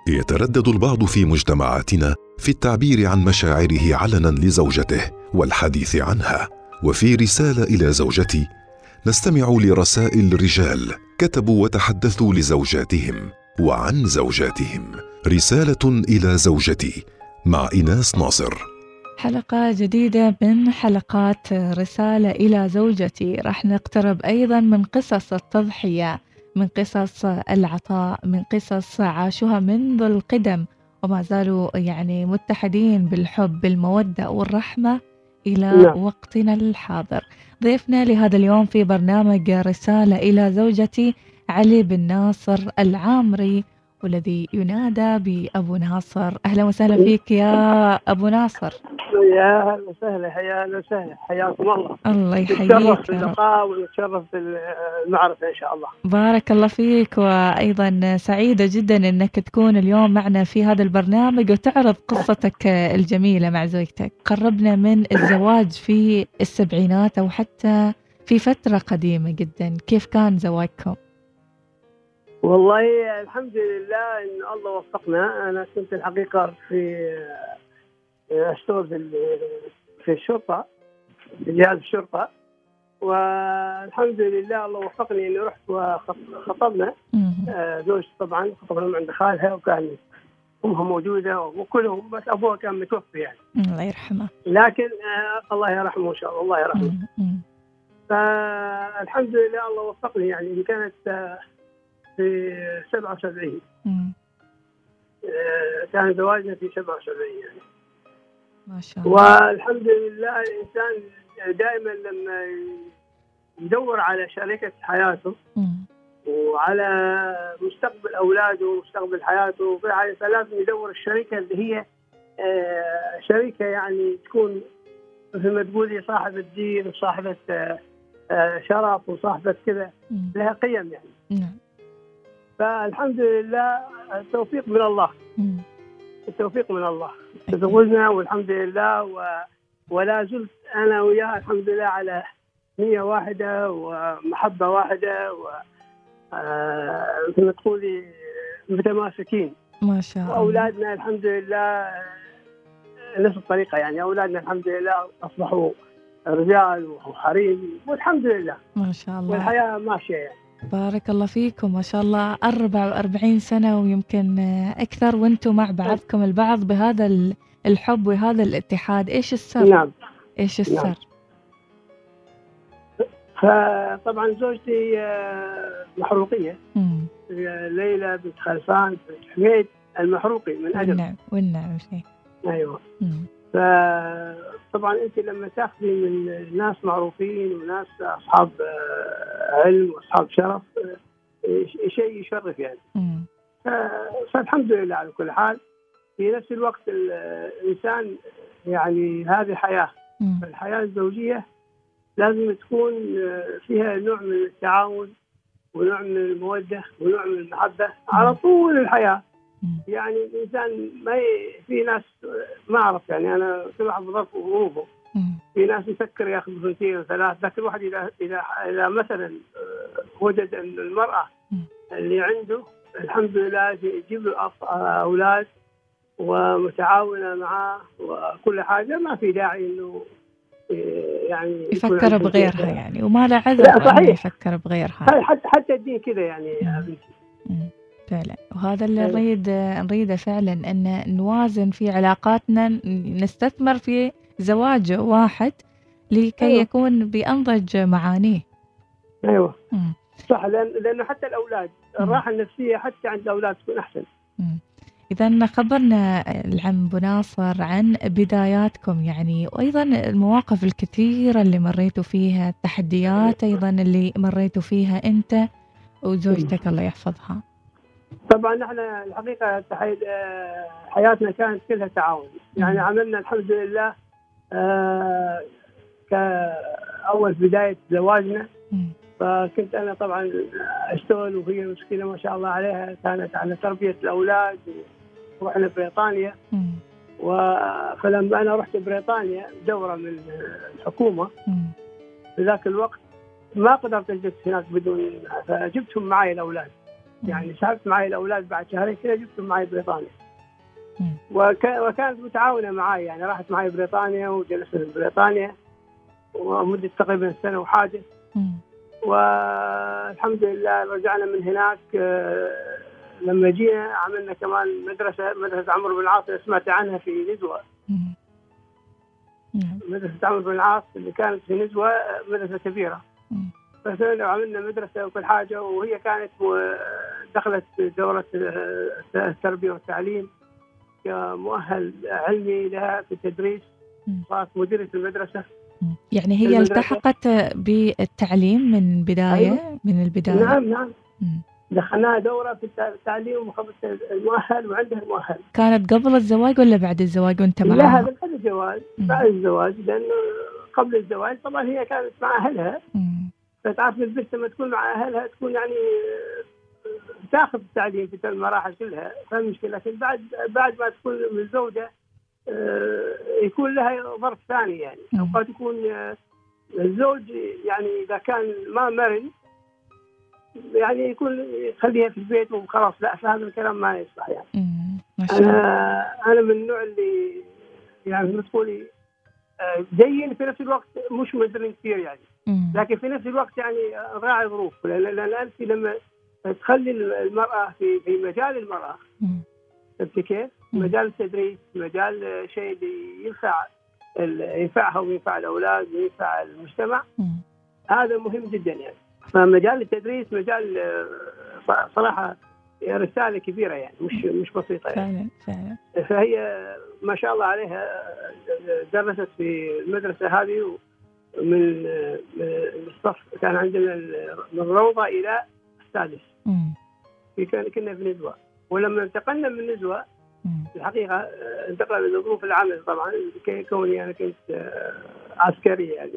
يتردد البعض في مجتمعاتنا في التعبير عن مشاعره علنا لزوجته والحديث عنها. وفي رسالة إلى زوجتي نستمع لرسائل رجال كتبوا وتحدثوا لزوجاتهم وعن زوجاتهم. رسالة إلى زوجتي مع إيناس ناصر. حلقة جديدة من حلقات رسالة إلى زوجتي. رح نقترب أيضا من قصص التضحية، من قصص العطاء، من قصص عاشوها منذ القدم وما زالوا يعني متحدين بالحب بالمودة والرحمة إلى وقتنا الحاضر. ضيفنا لهذا اليوم في برنامج رسالة إلى زوجتي علي بن ناصر العامري، والذي ينادى بأبو ناصر. أهلا وسهلا فيك يا أبو ناصر. يا أهلا وسهلا، حياكم الله. الله يحييك. نتشرف باللقاء ونتشرف بالمعرفة إن شاء الله. بارك الله فيك، وأيضا سعيدة جدا أنك تكون اليوم معنا في هذا البرنامج وتعرض قصتك الجميلة مع زوجتك. قربنا من الزواج في السبعينات أو حتى في فترة قديمة جدا، كيف كان زواجكم؟ والله الحمد لله إن الله وفقنا. أنا كنت الحقيقة أشتغل في الشرطة، في جهاز الشرطة، والحمد لله الله وفقني إني رحت وخطبنا. زوجتي طبعا خطبنا عند خالها، وكان أمها موجودة وكلهم، بس أبوها كان متوفي يعني. الله يرحمه. لكن الله يرحمه إن شاء الله، الله يرحمه. فالحمد لله الله وفقني يعني. كانت في 77. كان زواجنا في 77 يعني. ما شاء الله. والحمد لله الإنسان دائما لما يدور على شريكة حياته وعلى مستقبل أولاده ومستقبل حياته، فلازم يدور الشريكة اللي هي شريكة يعني تكون مثل ما تقولي صاحبة دين وصاحبة شرف وصاحبة كذا، لها قيم يعني. فالحمد لله التوفيق من الله. التوفيق من الله. تزوجنا والحمد لله، ولا زلت أنا وياها الحمد لله على نية واحدة ومحبة واحدة، مثل ما تقولي متماسكين. ما شاء الله. وأولادنا الحمد لله نفس الطريقة يعني. أولادنا الحمد لله أصبحوا رجال وحريم والحمد لله. ما شاء الله. والحياة ماشية يعني. بارك الله فيكم. ما شاء الله 44 سنة ويمكن أكثر وانتم مع بعضكم البعض بهذا الحب وهذا الاتحاد. إيش السر؟ نعم. إيش السر؟ نعم. فطبعا زوجتي محروقية. ليلى بنت خلفان بنت حميد المحروقي من أجل. والنعم شيء. أيوة. فطبعا أنت لما تأخذي من ناس معروفين وناس أصحاب علم وأصحاب شرف شيء يشرف يعني. فالحمد لله على كل حال. في نفس الوقت الإنسان يعني هذه حياة. الحياة الزوجية لازم تكون فيها نوع من التعاون ونوع من المودة ونوع من المحبة على طول الحياة. يعني الإنسان في ناس ما أعرف يعني، أنا كل واحد بظرفه وظروفه. في ناس يفكر ياخذ بنتين وثلاث، لكن الواحد إذا مثلا وجد أن المرأة اللي عنده الحمد لله يجيب له أولاد ومتعاونة معه وكل حاجة، ما في داعي إنه يعني يفكر بغيرها يعني، وما له عذر إنه يفكر بغيرها. حتى الدين كذا يعني يا بنتي. فعلا. وهذا اللي نريده فعلا، أن نوازن في علاقاتنا، نستثمر في زواج واحد لكي يكون بأنضج معانيه. أيوة. صح. لأنه حتى الأولاد الراحة النفسية حتى عند الأولاد تكون أحسن. إذا خبرنا العم أبو ناصر عن بداياتكم يعني، وأيضا المواقف الكثيرة اللي مريتوا فيها، التحديات أيضا اللي مريتوا فيها أنت وزوجتك الله يحفظها. طبعا نحن الحقيقة حياتنا كانت كلها تعاون يعني. عملنا الحمد لله كأول بداية زواجنا. فكنت أنا طبعا أشتغل، وهي مسكينة ما شاء الله عليها كانت على تربية الأولاد، ورحنا بريطانيا. فلما أنا رحت بريطانيا دورة من الحكومة في ذاك الوقت ما قدرت أجلس هناك بدون، فجبتهم معي الأولاد. يعني سحبت معي الأولاد بعد شهرين كذا جبتهم معي بريطانيا. وكانت متعاونة معي، يعني راحت معي بريطانيا وجلست في بريطانيا ومدة تقريبا سنة وحاجة. والحمد لله رجعنا من هناك. لما جينا عملنا كمان مدرسة عمرو بن العاص، سمعت عنها في نزوة. مدرسة عمرو بن العاص اللي كانت في نزوة مدرسة كبيرة. فسوينا وعملنا مدرسة وكل حاجة، وهي كانت دخلت دورة التربية والتعليم كمؤهل علمي لها في التدريس، صارت مديرة المدرسة. يعني هي التحقت بالتعليم من بداية. أيوة. من البداية. نعم. دخلناها دورة في التعليم وخذت المؤهل وعندها المؤهل. كانت قبل الزواج ولا بعد الزواج وانت معها؟ لا، هذا بعد الزواج. بعد الزواج، لأنه قبل الزواج طبعا هي كانت مع أهلها. فتعرف البنت لما تكون مع أهلها تكون يعني تاخذ التعليم في المراحل كلها، فالمشكلة. لكن بعد ما تكون متزوجة يكون لها ظرف ثاني، يعني أوقات يكون الزوج يعني إذا كان ما مرن يعني يكون يخليها في البيت وخلاص. لا، فهذا الكلام ما يصلح يعني. أنا من النوع اللي يعني تقولي زين في نفس الوقت مش مدرن كثير يعني. لكن في نفس الوقت يعني راعي ظروف، لأن أنت لما تخلي المرأة في مجال المرأة، فهمت كيف؟ مجال التدريس، مجال شيء اللي ينفعها وينفع الأولاد وينفع المجتمع، هذا مهم جدا يعني. فمجال التدريس مجال صراحة رسالة كبيرة يعني، مش بسيطة يعني. فعلا. فهي ما شاء الله عليها درست في المدرسة هذه من الصف، كان عندنا من الروضة إلى السادس. كنا في نزوة، ولما انتقلنا من نزوة الحقيقة انتقلنا لظروف العمل طبعا، كوني أنا كنت عسكري يعني،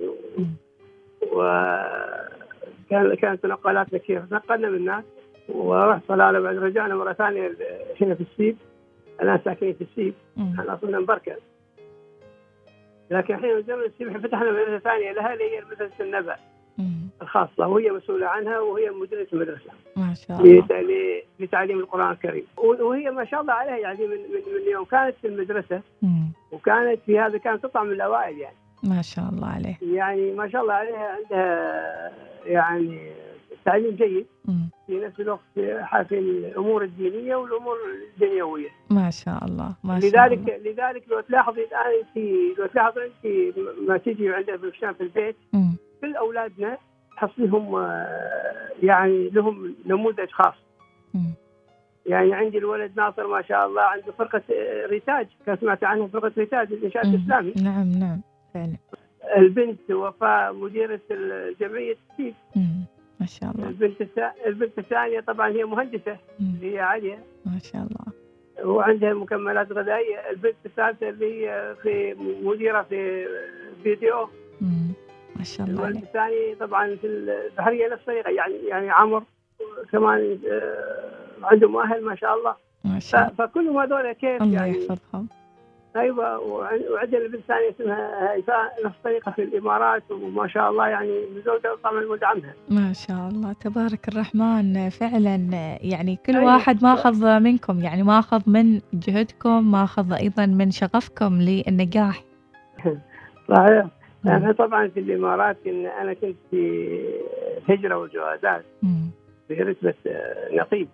كانت نقلات كثيرة. نقلنا من هناك ورحت صلالة، بعد رجعنا مرة ثانية هنا في السيب. أنا ساكنين في السيب، احنا أصلنا مبركة، لكن الحين زمن السيب فتحنا مدرسة ثانية لها اللي هي مدرسة النبأ الخاصة، وهي مسؤولة عنها وهي مديرة المدرسة ما شاء الله لتعليم القرآن الكريم. وهي ما شاء الله عليها يعني من يوم كانت في المدرسة وكانت في هذا كانت تطلع من الأوائل يعني. ما شاء الله عليه، يعني ما شاء الله عليها، عندها يعني تعليم جيد في نفس الوقت في الأمور الدينية والأمور الدنيوية. ما شاء الله ما شاء الله. لذلك لو تلاحظي أنت ما تيجي عندنا في البيت كل أولادنا تحصلهم يعني لهم نموذج خاص. يعني عندي الولد ناصر ما شاء الله عنده فرقة ريتاج، كان سمعت عنه فرقة ريتاج الإنشاء الإسلامي. نعم فعلا. البنت وفاء مديرة الجمعية السيب. ما شاء الله. البنت الثانية طبعا هي مهندسة اللي هي عليا ما شاء الله، وعندها مكملات غذائية. البنت الثالثة اللي هي في مديرة في فيديو. ما شاء الله. الولد الثاني طبعا في البحرية نفس الطريقة يعني عمر كمان عنده مؤهل ما شاء الله. ما شاء الله. فكلهم هذول كيف الله يعني يحفظهم. ايوه. وعندنا البنت الثانيه اسمها هيفاء نفس الطريقه في الامارات، وما شاء الله يعني مزوجه طبعا ولد عمها. ما شاء الله تبارك الرحمن. فعلا يعني كل واحد ما اخذ منكم، يعني ما اخذ من جهدكم، ما اخذ ايضا من شغفكم للنجاح. صحيح. انا طبعا في الامارات انا كنت في الهجره والجوازات في رتبه نقيب.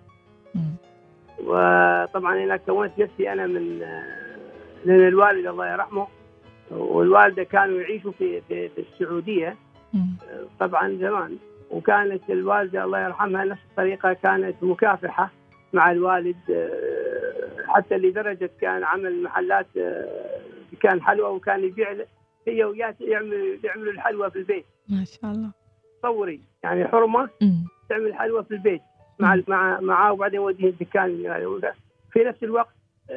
وطبعا انا كونت نفسي انا من لأن الوالد الله يرحمه والوالدة كانوا يعيشوا في السعودية طبعا زمان، وكانت الوالدة الله يرحمها نفس الطريقة كانت مكافحة مع الوالد، حتى لدرجة كان عمل محلات كان حلوى، وكان يبيع هي وياه يعملوا الحلوى في البيت. ما شاء الله. تصوري يعني حرمة تعمل حلوى في البيت معاه وبعدين يوديه الدكان. في نفس الوقت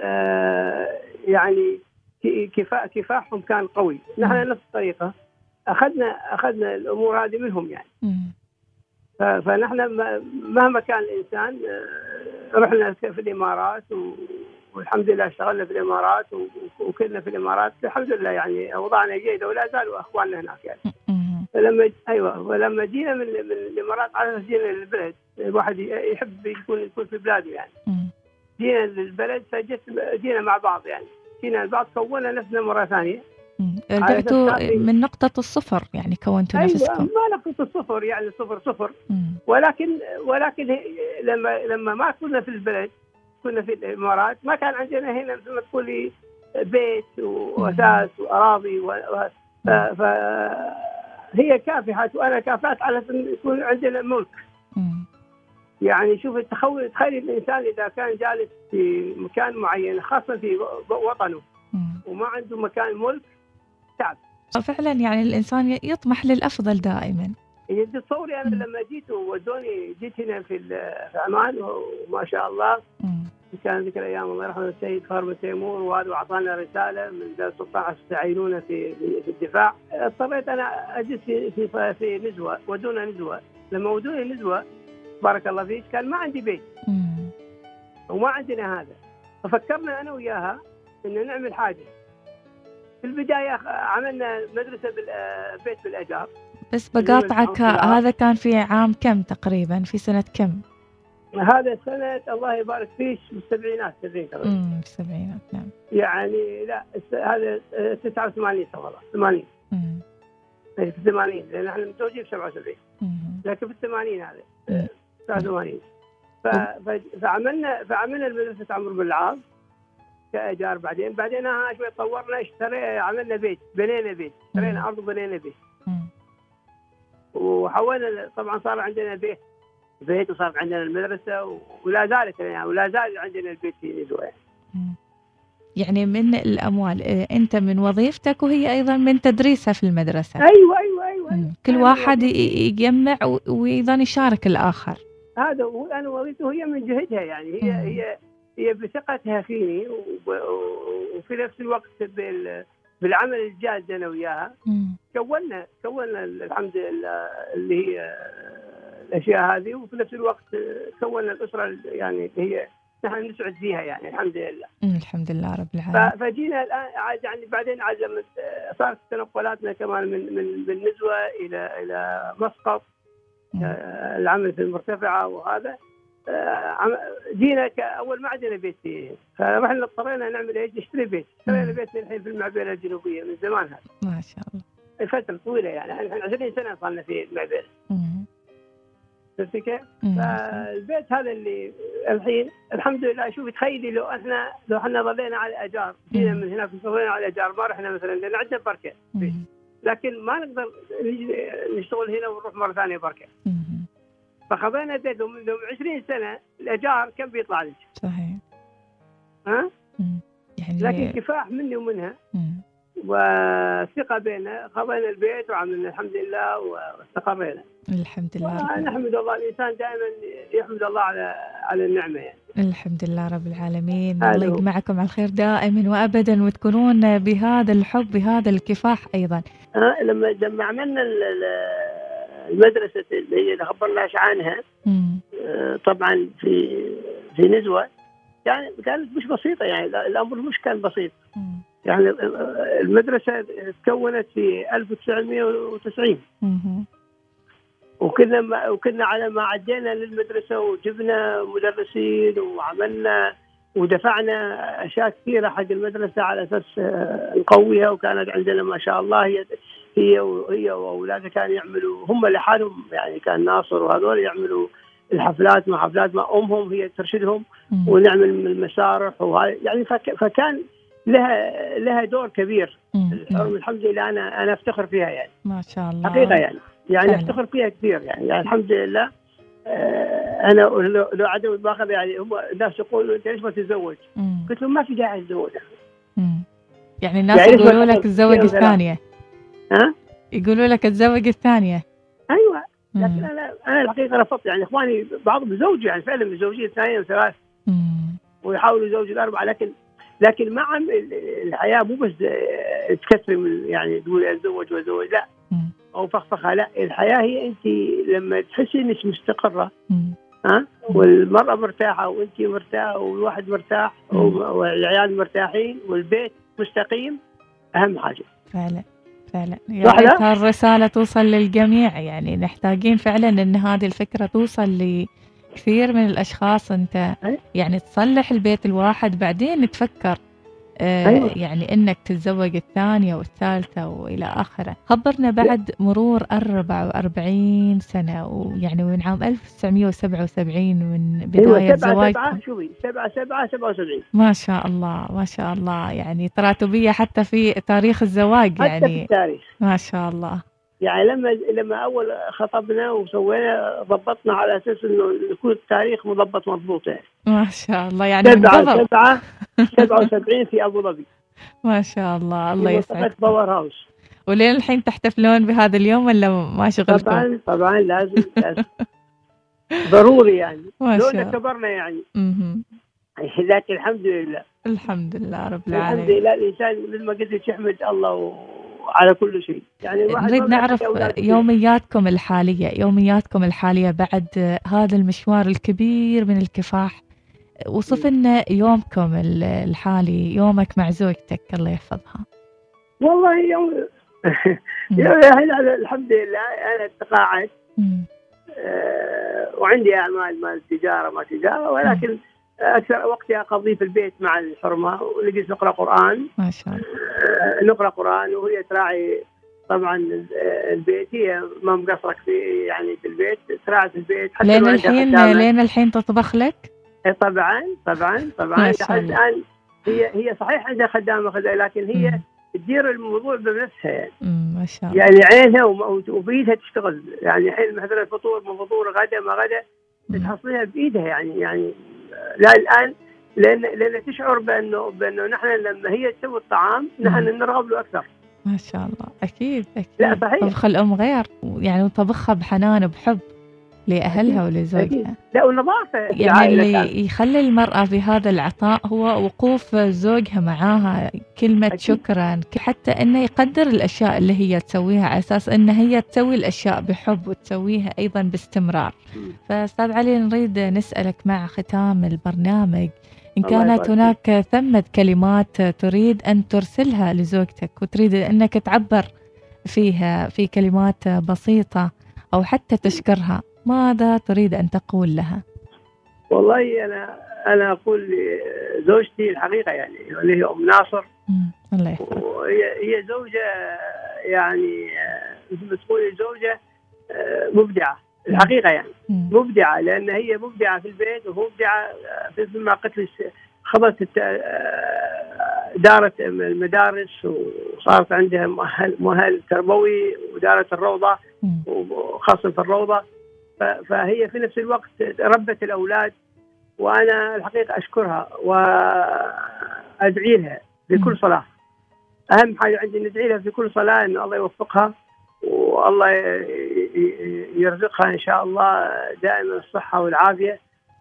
يعني كفاحهم كان قوي. نحن نفس الطريقة أخذنا الأمور هذه منهم يعني. فنحن مهما كان الإنسان رحنا في الإمارات والحمد لله اشتغلنا في الإمارات وكلنا في الإمارات الحمد لله، يعني أوضاعنا جيدة ولا زالوا أخواننا هناك يعني. ولما جينا من الامارات على جينا للبلد، الواحد يحب يكون في بلاده يعني. جينا للبلد جينا مع بعض يعني، جينا البعض كونا نفسنا مرة ثانية. رجعتوا من نقطة الصفر يعني، كونتوا نفسكم. ما نقطة الصفر يعني صفر. ولكن لما ما كنا في البلد، كنا في الإمارات، ما كان عندنا هنا مثل ما تقولي بيت وأساس وأراضي فهي كافحت وأنا كافحت على أن يكون عندنا ملك. يعني شوف تخيل الإنسان إذا كان جالس في مكان معين، خاصة في وطنه، وما عنده مكان ملك، تعب. فعلا يعني الإنسان يطمح للأفضل دائما. تصوري أنا لما جيت هنا في عمان، وما شاء الله كان ذيك الأيام الله يرحمه السيد خارم تيمور، وهذا أعطانا رسالة من جلالة السلطان استعينونا في الدفاع. اضطريت أنا أجلس في نزوة، ودونا نزوة. لما ودوني نزوة بارك الله فيك، كان ما عندي بيت وما عندنا هذا، ففكرنا أنا وياها إنه نعمل حاجة. في البداية عملنا مدرسة بيت بالأجار. بس بقاطعك، هذا كان في عام كم تقريبا، في سنة كم؟ هذا سنة الله يبارك فيك بالسبعينات. بالسبعينات نعم. يعني لا هذا 89 والله 80. في 80 لأن احنا متزوجين في 77. لكن في 80 هذا 89. فعملنا المدرسة عمرو بن العاص كأجار. بعدين شوي طورنا، عملنا بيت، بنينا بيت، اشترينا أرض وبنينا بيت. وحولنا طبعا صار عندنا بيت وصار عندنا المدرسة، ولا زالت يعني ولا زال عندنا البيت في نزوة. يعني من الأموال أنت من وظيفتك، وهي أيضا من تدريسها في المدرسة. أيوة. كل واحد يجمع وأيضا يشارك الآخر. هذا أنا وظيفته، هي من جهدها يعني، هي بثقتها فيني، وفي نفس الوقت بالعمل الجاد أنا وياها كونا الحمد لله اللي هي الأشياء هذه، وفي نفس الوقت كونا الأسرة يعني اللي هي نحن نسعد فيها يعني الحمد لله. الحمد لله رب العالمين. فجينا الآن يعني بعدين لما صارت تنقلاتنا كمان من نزوة إلى مسقط، العمل في المرتفعة، وهذا جينا أول ما عندنا بيت فيه، فرحنا اضطرينا نعمل إيش؟ نشتري بيت. اشترينا بيت الحين في المعبيرة الجنوبية من زمان هذا. ما شاء الله. فترة طويلة يعني، احنا 20 سنة صارنا في المعبيرة. شفت كيف؟ فالبيت هذا اللي الحين الحمد لله. شوف تخيلي لو احنا ظلينا على الأجار، جينا من هناك ظلينا على الأجار، ما رحنا مثلا لأن عندنا بركة، لكن ما نقدر نشتغل هنا ونروح مرة ثانية بركة. فخذينا بيت لو 20 سنة الأجار كم بيطلع لك؟ صحيح. يعني لكن كفاح مني ومنها وثقة بينا، خذينا البيت وعملنا الحمد لله واستقرينا. الحمد لله. نحمد الله، الإنسان دائما يحمد الله على النعمة يعني. الحمد لله رب العالمين. الله يجمعكم على الخير دائما وأبدا، وتكونون بهذا الحب بهذا الكفاح أيضا. لما عملنا المدرسة اللي هي خبرناش عنها، طبعا في نزوة كانت مش بسيطة يعني، الأمر مش كان بسيط يعني. المدرسة تكونت في 1990. وكنا على ما عدينا للمدرسة وجبنا مدرسين وعملنا ودفعنا أشياء كثيرة حق المدرسة على أساس نقويها. وكانت عندنا ما شاء الله هي وأولادها كانوا يعملوا هم لحالهم يعني، كان ناصر وهذول يعملوا الحفلات ما أمهم هي ترشدهم، ونعمل المسارح يعني. فكان لها دور كبير. الحمد لله أنا أفتخر فيها يعني، ما شاء الله حقيقة يعني أفتخر فيها كثير يعني الحمد لله. أنا لو عدم باخذ يعني، هم الناس يقولوا أنت ليش ما تتزوج؟ قلت لهم ما في داعي أتزوج. يعني الناس يعني يقولوا لك تزوج الثانية. يقولوا لك تزوج الثانية. أيوة. لكن أنا الحقيقة رفضت يعني. إخواني بعضهم يزوجوا يعني فعلا متزوجين 2 و3 ويحاولوا يزوجوا ال4، لكن مع الحياة مو بس تكثر يعني تقول أتزوج لا أو فخفخة، لا. الحياة هي أنت لما تحسي إنك مستقرة والمرأة مرتاحة وأنت مرتاحة والواحد مرتاح والعيال مرتاحين والبيت مستقيم، أهم حاجة. فعلا فعلا يا ريت هالرسالة توصل للجميع، يعني نحتاجين فعلا إن هذه الفكرة توصل لكثير من الأشخاص. أنت يعني تصلح البيت الواحد بعدين تفكر يعني إنك تتزوج الثانية والثالثة وإلى آخره. خبرنا بعد مرور 44 سنة، ويعني من عام 1977 من بداية زواجكم. شوفي 77 ما شاء الله ما شاء الله، يعني تراتبية حتى في تاريخ الزواج، يعني حتى في التاريخ ما شاء الله. يعني لما أول خطبنا وسوينا ضبطنا على أساس إنه يكون التاريخ مضبط مضبوط يعني. ما شاء الله، يعني من قبل 77 في أبو ظبي. ما شاء الله، الله يسعدك. باور هاوس. ولين الحين تحتفلون بهذا اليوم ولا ما شغلتوا؟ طبعا لازم ضروري يعني. لو كبرنا يعني. لكن الحمد لله رب العالمين. الحمد لله الإنسان مثل ما قلت يحمد الله على كل شيء. يعني نريد نعرف يومياتكم الحالية بعد هذا المشوار الكبير من الكفاح. وصف لنا يومكم الحالي، يومك مع زوجتك الله يحفظها. والله يوم الحمد لله أنا تقاعدت وعندي أعمال ما تجارة، ولكن أكثر وقتي أقضيه في البيت مع الحرمة، ونجلس نقرأ قرآن. ما شاء الله. نقرأ قرآن وهي تراعي طبعا البيت، هي ما مقصرك في يعني في البيت، تراعي في البيت حتى لين الحين تطبخ لك. طبعا الآن هي صحيح عندها خدامة لكن هي تدير الموضوع بنفسها يعني. ما شاء الله. يعني عينها وبيدها تشتغل، يعني حين مثلا فطور من فطور غدا ما غدا تحصلها بإيدها يعني لا الآن لأن تشعر بأنه نحن لما هي تسوي الطعام نحن نرغب له أكثر. ما شاء الله. أكيد لا صحيح. طبخ الأم غير، يعني وطبخها بحنان وبحب لأهلها ولزوجها. لا والنظافة يعني اللي يخلي المرأة في هذا العطاء هو وقوف زوجها معاها، كلمة أكيد. شكرا، حتى أنه يقدر الأشياء اللي هي تسويها على أساس أنها هي تسوي الأشياء بحب وتسويها أيضا باستمرار. فأستاذ علي نريد نسألك مع ختام البرنامج إن كانت هناك ثمة كلمات تريد أن ترسلها لزوجتك وتريد أنك تعبر فيها في كلمات بسيطة أو حتى تشكرها، ماذا تريد أن تقول لها؟ والله أنا أقول لزوجتي الحقيقة يعني اللي هي أم ناصر. الله يحفظك. هي زوجة يعني مثل ما تقولي زوجة مبدعة الحقيقة يعني. مبدعة لأن هي مبدعة في البيت ومبدعة في ما قلت خضت دارت المدارس وصارت عندها مؤهل تربوي ودارت الروضة وخاصة في الروضة، فهي في نفس الوقت ربت الأولاد، وأنا الحقيقة أشكرها وأدعي لها في كل صلاة. أهم حاجة عندي ندعي لها في كل صلاة إن الله يوفقها والله يرزقها إن شاء الله دائما الصحة والعافية،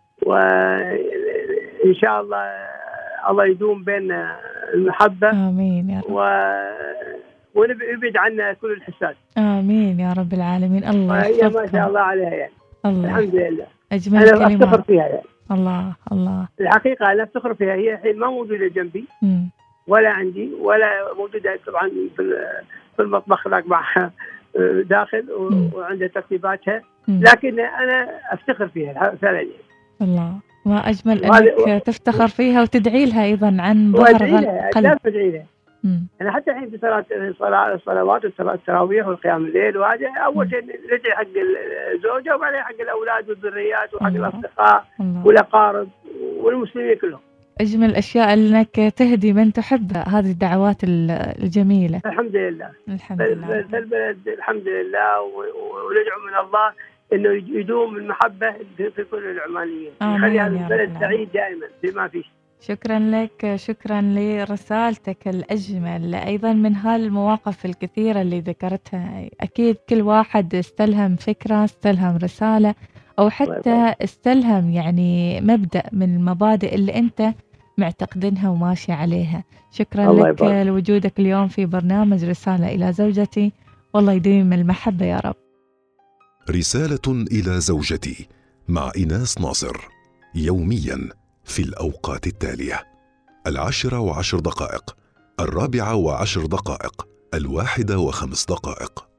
وإن شاء الله يدوم بين المحبة. آمين يا رب. ونبعد عنا كل الحساد. آمين يا رب العالمين. الله يحفظكم. هي ما شاء الله عليها يعني. الله الحمد لله. أجمل كلمة. أنا أفتخر فيها يعني. الله الحقيقة أنا أفتخر فيها. هي الحين ما موجودة جنبي ولا عندي ولا موجودة طبعا في المطبخ هناك معها داخل وعندها ترتيباتها، لكن أنا أفتخر فيها فعلا. الله، ما أجمل أنك تفتخر فيها وتدعي لها أيضا عن ظهر قلب. لا تدعي لها. أنا حتى الحين في الصلوات والتراويح والقيام الليل وهذا أول شيء ندعي حق الزوجة وبعدين حق الأولاد والذريات وحق الأصدقاء والأقارب والمسلمين كلهم. أجمل الأشياء أنك تهدي من تحبها، هذه الدعوات الجميلة. الحمد لله. الحمد لله. البلد الحمد لله، وندعو من الله إنه يدوم المحبة في كل العمانيين، يخلي هذا البلد سعيد دائما بما فيه. شكرا لك، شكرا لرسالتك الأجمل. أيضا من هالمواقف الكثيرة اللي ذكرتها أكيد كل واحد استلهم فكرة، استلهم رسالة، أو حتى استلهم يعني مبدأ من المبادئ اللي أنت معتقدينها وماشي عليها. شكرا لك لوجودك اليوم في برنامج رسالة إلى زوجتي، والله يديم المحبة يا رب. رسالة إلى زوجتي مع إيناس ناصر، يوميا في الأوقات التالية: 10:10، 4:10، 1:05.